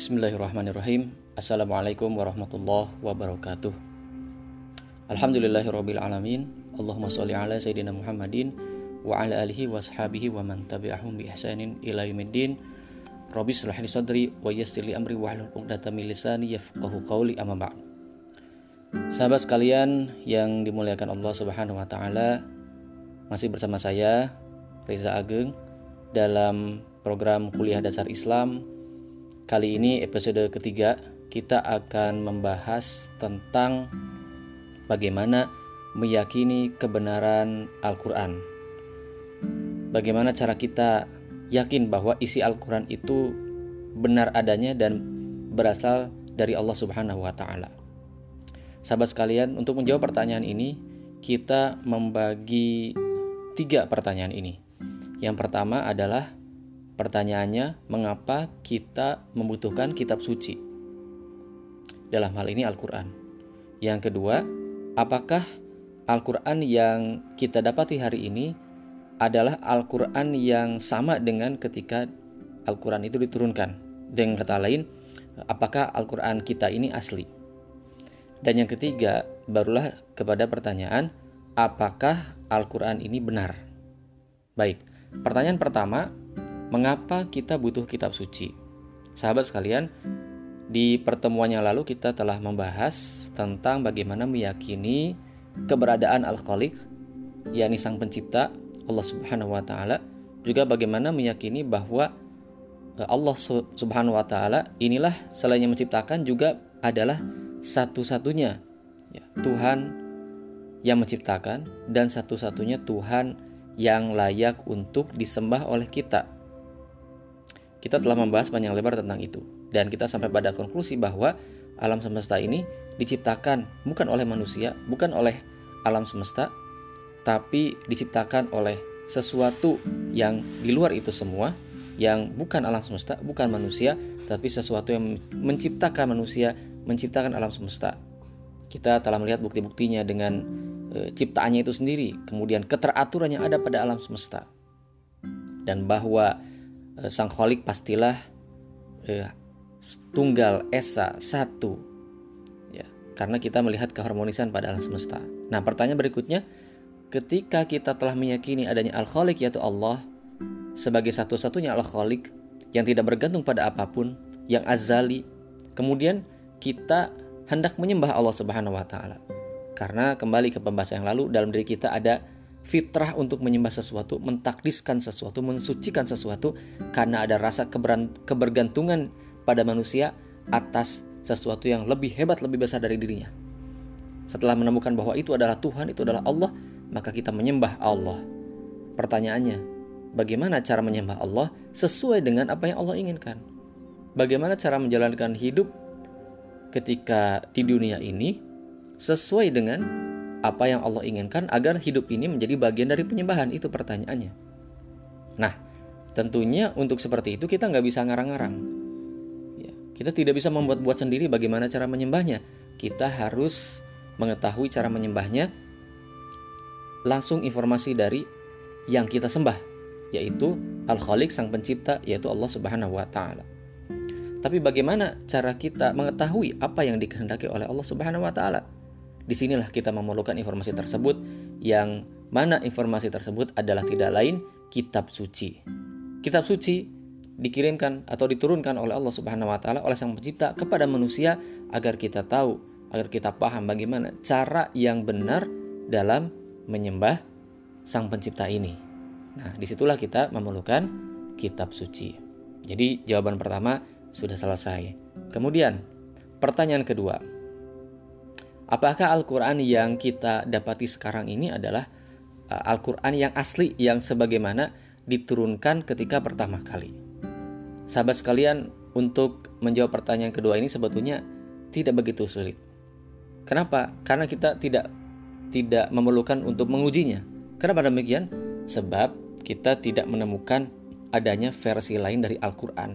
Bismillahirrahmanirrahim. Assalamualaikum warahmatullahi wabarakatuh. Alhamdulillahirabbil alamin. Allahumma sholli ala sayyidina Muhammadin wa ala alihi washabihi wa man tabi'ahum bi ihsanin ila yaumiddin. Rabbi shrah li sadri wa yassir li amri wahlul 'uqdatam min lisani yafqahu qawli, amma ba'd. Sahabat sekalian yang dimuliakan Allah Subhanahu wa taala, masih bersama saya Reza Ageng dalam program Kuliah Dasar Islam. Kali ini episode ketiga, kita akan membahas tentang bagaimana meyakini kebenaran Al-Quran. Bagaimana cara kita yakin bahwa isi Al-Quran itu benar adanya dan berasal dari Allah Subhanahu wa ta'ala. Sahabat sekalian, untuk menjawab pertanyaan ini, kita membagi 3 pertanyaan ini. Yang pertama adalah pertanyaannya, mengapa kita membutuhkan kitab suci? Dalam hal ini Al-Quran. Yang kedua, apakah Al-Quran yang kita dapati hari ini adalah Al-Quran yang sama dengan ketika Al-Quran itu diturunkan? Dengan kata lain, apakah Al-Quran kita ini asli? Dan yang ketiga, barulah kepada pertanyaan, apakah Al-Quran ini benar? Baik, pertanyaan pertama, mengapa kita butuh kitab suci? Sahabat sekalian, di pertemuan yang lalu kita telah membahas tentang bagaimana meyakini keberadaan Al-Khaliq, yakni Sang Pencipta, Allah Subhanahu wa taala, juga bagaimana meyakini bahwa Allah Subhanahu wa taala inilah selain yang menciptakan juga adalah satu-satunya Tuhan yang menciptakan dan satu-satunya Tuhan yang layak untuk disembah oleh kita. Kita telah membahas panjang lebar tentang itu, dan kita sampai pada konklusi bahwa alam semesta ini diciptakan bukan oleh manusia, bukan oleh alam semesta, tapi diciptakan oleh sesuatu yang di luar itu semua, yang bukan alam semesta, bukan manusia, tapi sesuatu yang menciptakan manusia, menciptakan alam semesta. Kita telah melihat bukti-buktinya dengan ciptaannya itu sendiri, kemudian keteraturan yang ada pada alam semesta, dan bahwa Sang Khalik pastilah tunggal, esa, satu, karena kita melihat keharmonisan pada alam semesta. Nah, pertanyaan berikutnya, ketika kita telah meyakini adanya Al-Khalik, yaitu Allah sebagai satu-satunya Al-Khalik yang tidak bergantung pada apapun, yang azali, kemudian kita hendak menyembah Allah Subhanahu wa taala. Karena kembali ke pembahasan yang lalu, dalam diri kita ada fitrah untuk menyembah sesuatu, mentakdiskan sesuatu, mensucikan sesuatu, karena ada rasa kebergantungan pada manusia atas sesuatu yang lebih hebat, lebih besar dari dirinya. Setelah menemukan bahwa itu adalah Tuhan, itu adalah Allah, maka kita menyembah Allah. Pertanyaannya, bagaimana cara menyembah Allah sesuai dengan apa yang Allah inginkan? Bagaimana cara menjalankan hidup ketika di dunia ini sesuai dengan apa yang Allah inginkan agar hidup ini menjadi bagian dari penyembahan? Itu pertanyaannya. Nah, tentunya untuk seperti itu kita nggak bisa ngarang-ngarang. Kita tidak bisa membuat-buat sendiri bagaimana cara menyembahnya. Kita harus mengetahui cara menyembahnya langsung informasi dari yang kita sembah, yaitu Al-Khaliq, Sang Pencipta, yaitu Allah Subhanahu wa taala. Tapi bagaimana cara kita mengetahui apa yang dikehendaki oleh Allah Subhanahu wa taala? Disinilah kita memerlukan informasi tersebut, yang mana informasi tersebut adalah tidak lain kitab suci. Kitab suci dikirimkan atau diturunkan oleh Allah Subhanahu wa taala, oleh Sang Pencipta kepada manusia agar kita tahu, agar kita paham bagaimana cara yang benar dalam menyembah Sang Pencipta ini. Nah, disitulah kita memerlukan kitab suci. Jadi jawaban pertama sudah selesai. Kemudian pertanyaan kedua, apakah Al-Quran yang kita dapati sekarang ini adalah Al-Quran yang asli, yang sebagaimana diturunkan ketika pertama kali? Sahabat sekalian, untuk menjawab pertanyaan kedua ini sebetulnya tidak begitu sulit. Kenapa? Karena kita tidak memerlukan untuk mengujinya. Kenapa demikian? Sebab kita tidak menemukan adanya versi lain dari Al-Quran.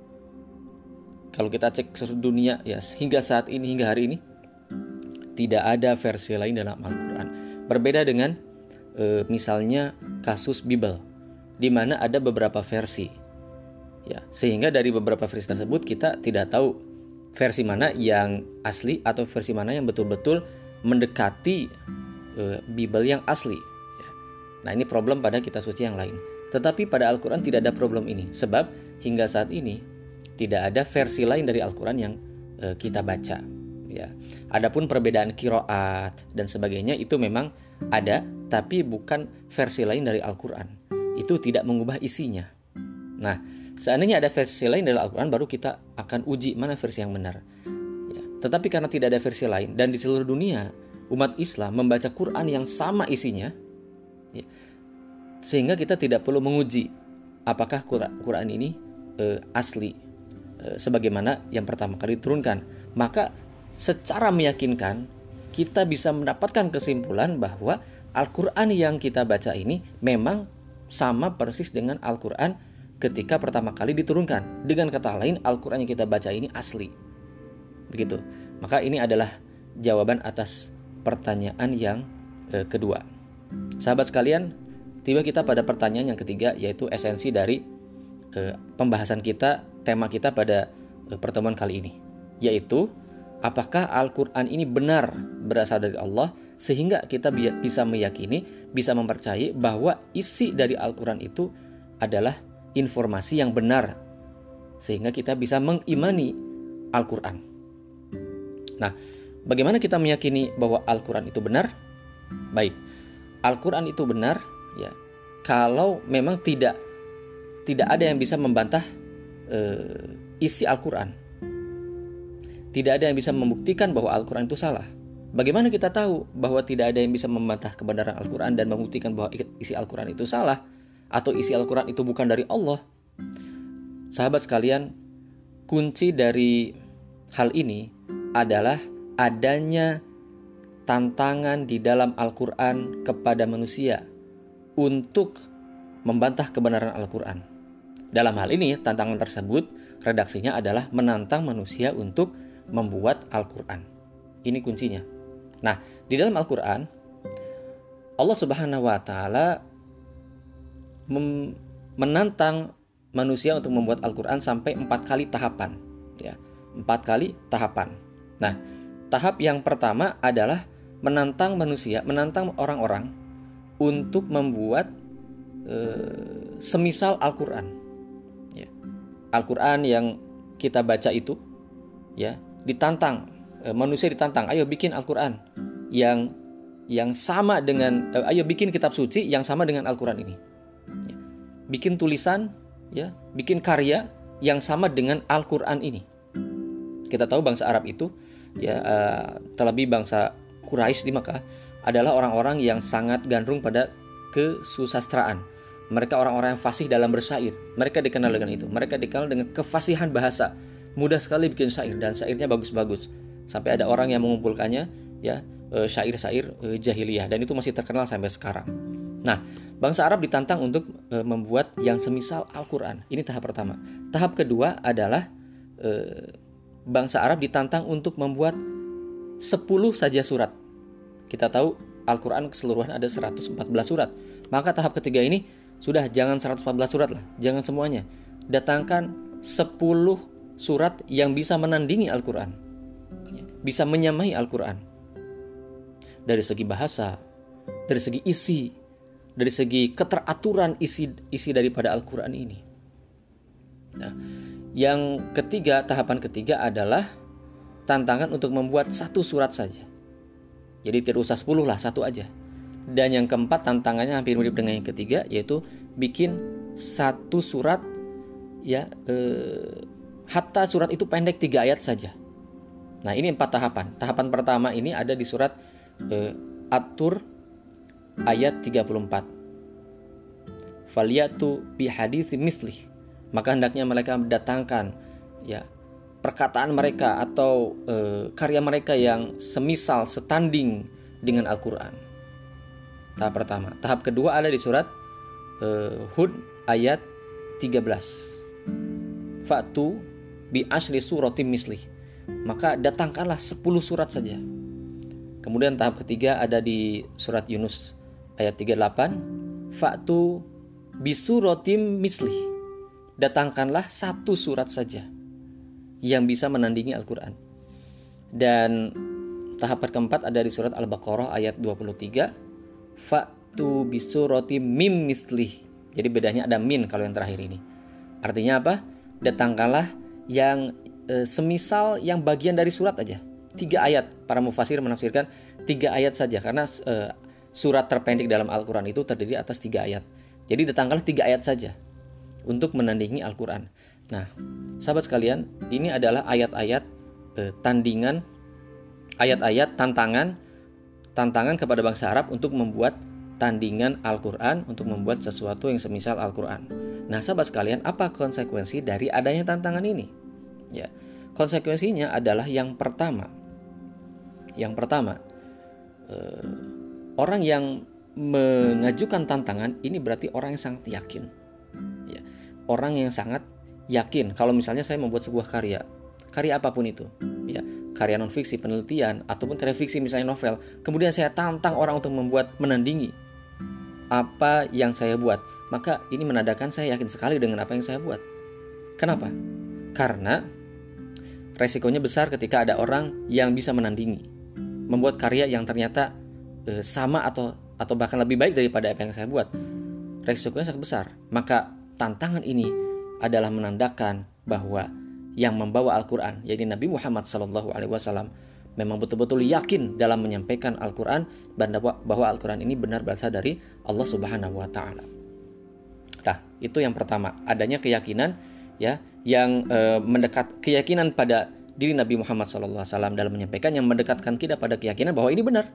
Kalau kita cek seluruh dunia, hingga saat ini, hingga hari ini, tidak ada versi lain dalam Al-Quran. Berbeda dengan misalnya kasus Bible, di mana ada beberapa versi. Ya, sehingga dari beberapa versi tersebut kita tidak tahu versi mana yang asli atau versi mana yang betul-betul mendekati Bible yang asli. Ya. Nah, ini problem pada kitab suci yang lain. Tetapi pada Al-Quran tidak ada problem ini, sebab hingga saat ini tidak ada versi lain dari Al-Quran yang kita baca. Ya. Adapun perbedaan qiraat dan sebagainya itu memang ada, tapi bukan versi lain dari Al-Quran. Itu tidak mengubah isinya. Nah, seandainya ada versi lain dari Al-Quran, baru kita akan uji mana versi yang benar. Ya. Tetapi karena tidak ada versi lain, dan di seluruh dunia umat Islam membaca Quran yang sama isinya, ya, sehingga kita tidak perlu menguji apakah Quran ini asli sebagaimana yang pertama kali diturunkan. Maka secara meyakinkan kita bisa mendapatkan kesimpulan bahwa Al-Quran yang kita baca ini memang sama persis dengan Al-Quran ketika pertama kali diturunkan. Dengan kata lain, Al-Quran yang kita baca ini asli. Begitu. Maka ini adalah jawaban atas pertanyaan yang kedua. Sahabat sekalian, tiba kita pada pertanyaan yang ketiga, yaitu esensi dari pembahasan kita, tema kita pada pertemuan kali ini, yaitu apakah Al-Quran ini benar berasal dari Allah, sehingga kita bisa meyakini, bisa mempercayai bahwa isi dari Al-Quran itu adalah informasi yang benar, sehingga kita bisa mengimani Al-Quran. Nah, bagaimana kita meyakini bahwa Al-Quran itu benar? Baik, Al-Quran itu benar ya kalau memang tidak ada yang bisa membantah isi Al-Quran. Tidak ada yang bisa membuktikan bahwa Al-Quran itu salah. Bagaimana kita tahu bahwa tidak ada yang bisa membantah kebenaran Al-Quran dan membuktikan bahwa isi Al-Quran itu salah atau isi Al-Quran itu bukan dari Allah? Sahabat sekalian, kunci dari hal ini adalah adanya tantangan di dalam Al-Quran kepada manusia untuk membantah kebenaran Al-Quran. Dalam hal ini, tantangan tersebut redaksinya adalah menantang manusia untuk membuat Al-Quran. Ini kuncinya. Nah, di dalam Al-Quran, Allah Subhanahu wa Ta'ala menantang manusia untuk membuat Al-Quran sampai 4 kali tahapan. Ya, 4 kali tahapan. Nah, tahap yang pertama adalah menantang manusia, menantang orang-orang untuk membuat semisal Al-Quran. Ya. Al-Quran yang kita baca itu, ya, ditantang, manusia ditantang, ayo bikin Al-Quran yang sama dengan, ayo bikin kitab suci yang sama dengan Al-Quran ini. Ya. Bikin tulisan, ya, bikin karya yang sama dengan Al-Quran ini. Kita tahu bangsa Arab itu, ya, terlebih bangsa Quraisy di Makkah adalah orang-orang yang sangat gandrung pada kesusastraan. Mereka orang-orang yang fasih dalam bersyair. Mereka dikenal dengan itu. Mereka dikenal dengan kefasihan bahasa. Mudah sekali bikin syair dan syairnya bagus-bagus. Sampai ada orang yang mengumpulkannya, ya, syair-syair jahiliyah, dan itu masih terkenal sampai sekarang. Nah, bangsa Arab ditantang untuk membuat yang semisal Al-Quran. Ini tahap pertama. Tahap kedua adalah bangsa Arab ditantang untuk membuat 10 saja surat. Kita tahu Al-Quran keseluruhan ada 114 surat. Maka tahap ketiga ini sudah jangan 114 surat lah, jangan semuanya. Datangkan 10 surat yang bisa menandingi Al-Quran, bisa menyamai Al-Quran dari segi bahasa, dari segi isi, dari segi keteraturan isi daripada Al-Quran ini. Nah, yang ketiga, tahapan ketiga adalah tantangan untuk membuat 1 surat saja. Jadi tidak usah 10 lah, 1 aja. Dan yang keempat, tantangannya hampir mirip dengan yang ketiga, yaitu bikin 1 surat, ya, hatta surat itu pendek 3 ayat saja. Nah, ini 4 tahapan. Tahapan pertama ini ada di surat At-Tur ayat 34. Falyatu bihaditsi mislih. Maka hendaknya mereka mendatangkan, ya, perkataan mereka atau karya mereka yang semisal, setanding dengan Al-Quran. Tahap pertama. Tahap kedua ada di surat Hud ayat 13. Fa'tu bi asli suratim mislih. Maka datangkanlah 10 surat saja. Kemudian tahap ketiga ada di surat Yunus ayat 38. Fa'tu bi suratim mislih. datangkanlah satu surat saja yang bisa menandingi Al-Quran. Dan tahapan keempat ada di surat Al-Baqarah ayat 23, fa'tu bisurati mim mithlih. Jadi bedanya ada min kalau yang terakhir ini. Artinya apa? Datangkanlah yang semisal yang bagian dari surat aja. 3 ayat. Para mufasir menafsirkan 3 ayat saja, karena surat terpendek dalam Al-Quran itu terdiri atas 3 ayat. Jadi datangkanlah 3 ayat saja untuk menandingi Al-Quran. Nah, sahabat sekalian, ini adalah ayat-ayat tandingan, ayat-ayat tantangan kepada bangsa Arab untuk membuat tandingan Al-Quran, untuk membuat sesuatu yang semisal Al-Quran. Nah, sahabat sekalian, apa konsekuensi dari adanya tantangan ini? Ya, konsekuensinya adalah yang pertama, orang yang mengajukan tantangan ini berarti orang yang sangat yakin. Ya, orang yang sangat yakin kalau misalnya saya membuat sebuah karya apapun itu, ya, karya non fiksi, penelitian, ataupun karya fiksi misalnya novel, kemudian saya tantang orang untuk menandingi apa yang saya buat, maka ini menandakan saya yakin sekali dengan apa yang saya buat. Kenapa? Karena resikonya besar ketika ada orang yang bisa menandingi, membuat karya yang ternyata sama atau bahkan lebih baik daripada apa yang saya buat. Resikonya sangat besar. Maka tantangan ini adalah menandakan bahwa yang membawa Al-Quran, yaitu Nabi Muhammad SAW, memang betul-betul yakin dalam menyampaikan Al-Quran, bahwa Al-Quran ini benar berasal dari Allah Subhanahu wa Ta'ala. Nah, itu yang pertama, adanya keyakinan, ya, yang keyakinan pada diri Nabi Muhammad SAW dalam menyampaikan, yang mendekatkan kita pada keyakinan bahwa ini benar.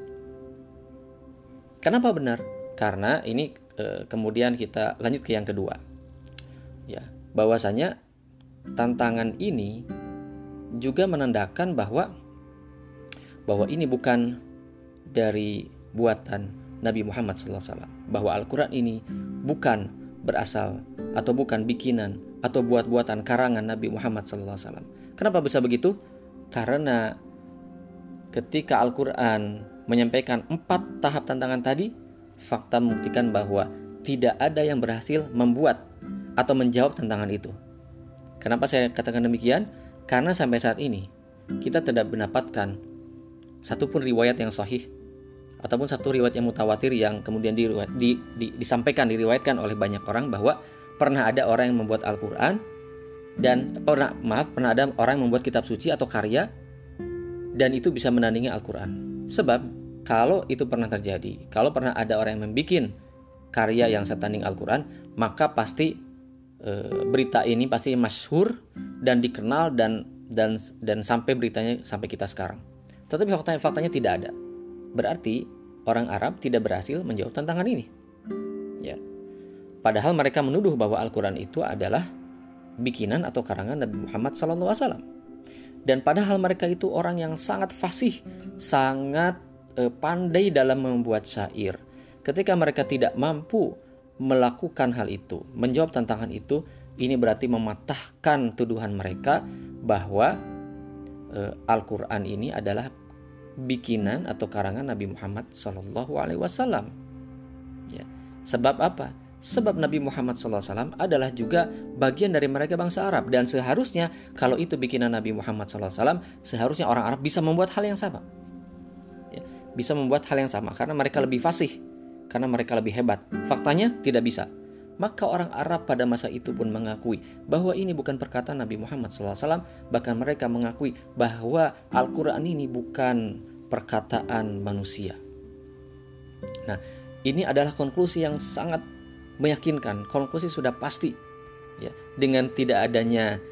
Kenapa benar? Karena ini kemudian kita lanjut ke yang kedua, ya, bahwasanya tantangan ini juga menandakan bahwa ini bukan dari buatan Nabi Muhammad SAW, bahwa Al-Quran ini bukan berasal atau bukan bikinan atau buat-buatan karangan Nabi Muhammad SAW. Kenapa bisa begitu? Karena ketika Al-Quran menyampaikan 4 tahap tantangan tadi, fakta membuktikan bahwa tidak ada yang berhasil membuat atau menjawab tantangan itu. Kenapa saya katakan demikian? Karena sampai saat ini kita tidak mendapatkan satupun riwayat yang sahih ataupun satu riwayat yang mutawatir yang kemudian diriwayatkan oleh banyak orang bahwa pernah ada orang yang membuat Al-Quran dan pernah ada orang yang membuat kitab suci atau karya dan itu bisa menandingi Al-Quran. Sebab kalau itu pernah terjadi, kalau pernah ada orang yang membuat karya yang setanding Al-Quran, maka pasti berita ini pasti masyhur dan dikenal dan sampai beritanya sampai kita sekarang. Tetapi faktanya tidak ada. Berarti orang Arab tidak berhasil menjawab tantangan ini. Ya. Padahal mereka menuduh bahwa Al-Quran itu adalah bikinan atau karangan Nabi Muhammad SAW. Dan padahal mereka itu orang yang sangat fasih, sangat pandai dalam membuat syair. Ketika mereka tidak mampu melakukan hal itu, menjawab tantangan itu, ini berarti mematahkan tuduhan mereka bahwa Al-Quran ini adalah bikinan atau karangan Nabi Muhammad SAW. Ya. Sebab apa? Sebab Nabi Muhammad SAW adalah juga bagian dari mereka bangsa Arab, dan seharusnya kalau itu bikinan Nabi Muhammad SAW, seharusnya orang Arab bisa membuat hal yang sama. Ya. Bisa membuat hal yang sama karena mereka lebih fasih, karena mereka lebih hebat. Faktanya tidak bisa. Maka orang Arab pada masa itu pun mengakui bahwa ini bukan perkataan Nabi Muhammad SAW. Bahkan mereka mengakui bahwa Al-Quran ini bukan perkataan manusia. Nah, ini adalah konklusi yang sangat meyakinkan. Konklusi sudah pasti, ya, dengan tidak adanya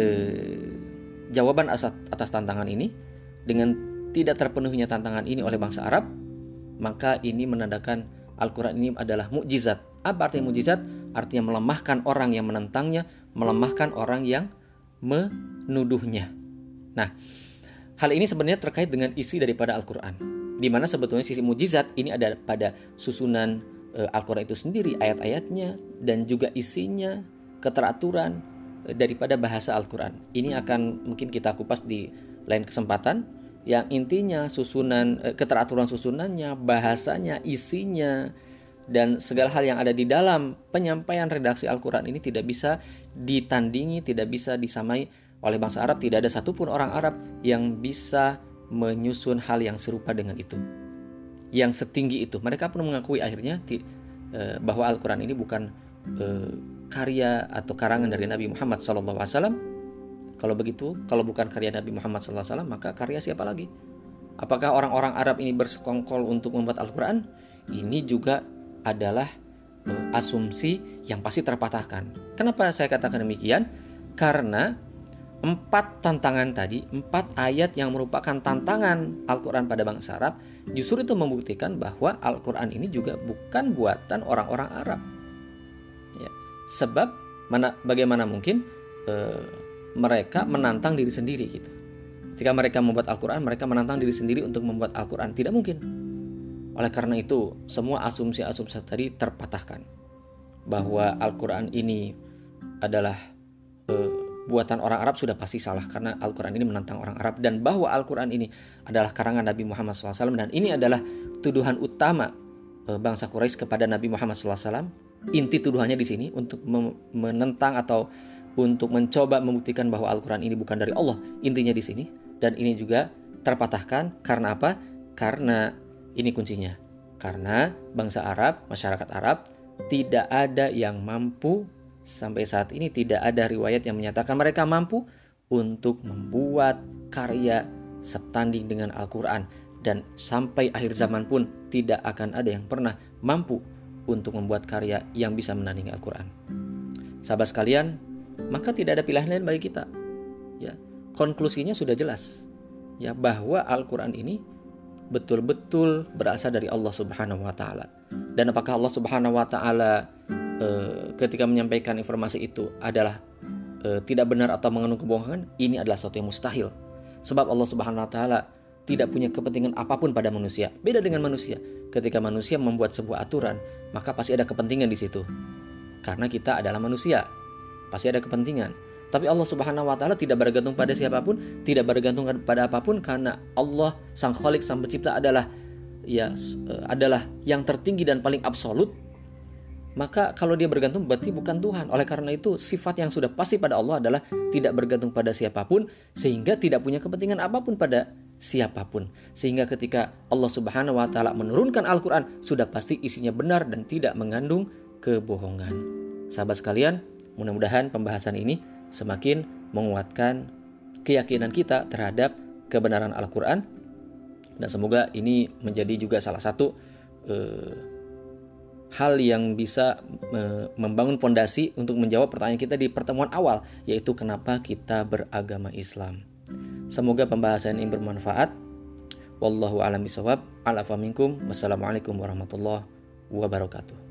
jawaban atas tantangan ini, dengan tidak terpenuhinya tantangan ini oleh bangsa Arab, maka ini menandakan Al-Quran ini adalah mukjizat. Apa artinya mukjizat? Artinya melemahkan orang yang menentangnya, melemahkan orang yang menuduhnya. Nah, hal ini sebenarnya terkait dengan isi daripada Al-Quran, di mana sebetulnya sisi mukjizat ini ada pada susunan Al-Quran itu sendiri, ayat-ayatnya, dan juga isinya, keteraturan daripada bahasa Al-Quran. Ini akan mungkin kita kupas di lain kesempatan, yang intinya susunan, keteraturan susunannya, bahasanya, isinya, Dan segala hal yang ada di dalam penyampaian redaksi Al-Quran ini tidak bisa ditandingi, tidak bisa disamai oleh bangsa Arab. Tidak ada satupun orang Arab yang bisa menyusun hal yang serupa dengan itu, yang setinggi itu. Mereka pun mengakui akhirnya bahwa Al-Quran ini bukan karya atau karangan dari Nabi Muhammad SAW. Kalau begitu, kalau bukan karya Nabi Muhammad SAW, maka karya siapa lagi? Apakah orang-orang Arab ini bersekongkol untuk membuat Al-Quran? Ini juga adalah asumsi yang pasti terpatahkan. Kenapa saya katakan demikian? Karena 4 tantangan tadi, 4 ayat yang merupakan tantangan Al-Quran pada bangsa Arab, justru itu membuktikan bahwa Al-Quran ini juga bukan buatan orang-orang Arab. Ya, sebab bagaimana mungkin mereka menantang diri sendiri gitu. Ketika mereka membuat Al-Quran, mereka menantang diri sendiri untuk membuat Al-Quran. Tidak mungkin. Oleh karena itu, semua asumsi-asumsi tadi terpatahkan. Bahwa Al-Quran ini adalah buatan orang Arab sudah pasti salah, karena Al-Quran ini menantang orang Arab. Dan bahwa Al-Quran ini adalah karangan Nabi Muhammad SAW, dan ini adalah tuduhan utama bangsa Quraisy kepada Nabi Muhammad SAW. Inti tuduhannya di sini untuk menentang atau untuk mencoba membuktikan bahwa Al-Quran ini bukan dari Allah. Intinya di sini. Dan ini juga terpatahkan karena apa? Karena ini kuncinya. Karena bangsa Arab, masyarakat Arab, tidak ada yang mampu, sampai saat ini tidak ada riwayat yang menyatakan mereka mampu untuk membuat karya setanding dengan Al-Quran. Dan sampai akhir zaman pun tidak akan ada yang pernah mampu untuk membuat karya yang bisa menandingi Al-Quran. Sahabat sekalian, maka tidak ada pilihan lain bagi kita. Ya, konklusinya sudah jelas. Ya, bahwa Al-Quran ini betul-betul berasal dari Allah Subhanahu wa taala. Dan apakah Allah Subhanahu wa taala ketika menyampaikan informasi itu adalah tidak benar atau mengandung kebohongan? Ini adalah sesuatu yang mustahil. Sebab Allah Subhanahu wa taala tidak punya kepentingan apapun pada manusia. Beda dengan manusia. Ketika manusia membuat sebuah aturan, maka pasti ada kepentingan di situ. Karena kita adalah manusia, pasti ada kepentingan. Tapi Allah Subhanahu wa taala tidak bergantung pada siapapun, tidak bergantung pada apapun, karena Allah Sang Khalik, Sang Pencipta adalah yang tertinggi dan paling absolut. Maka kalau dia bergantung berarti bukan Tuhan. Oleh karena itu, sifat yang sudah pasti pada Allah adalah tidak bergantung pada siapapun, sehingga tidak punya kepentingan apapun pada siapapun. Sehingga ketika Allah Subhanahu wa taala menurunkan Al-Qur'an, sudah pasti isinya benar dan tidak mengandung kebohongan. Sahabat sekalian, mudah-mudahan pembahasan ini semakin menguatkan keyakinan kita terhadap kebenaran Al-Quran. Dan semoga ini menjadi juga salah satu hal yang bisa membangun fondasi untuk menjawab pertanyaan kita di pertemuan awal, yaitu kenapa kita beragama Islam. Semoga pembahasan ini bermanfaat. Wallahu a'lam bishawab. Ala fa minkum. Wassalamualaikum warahmatullahi wabarakatuh.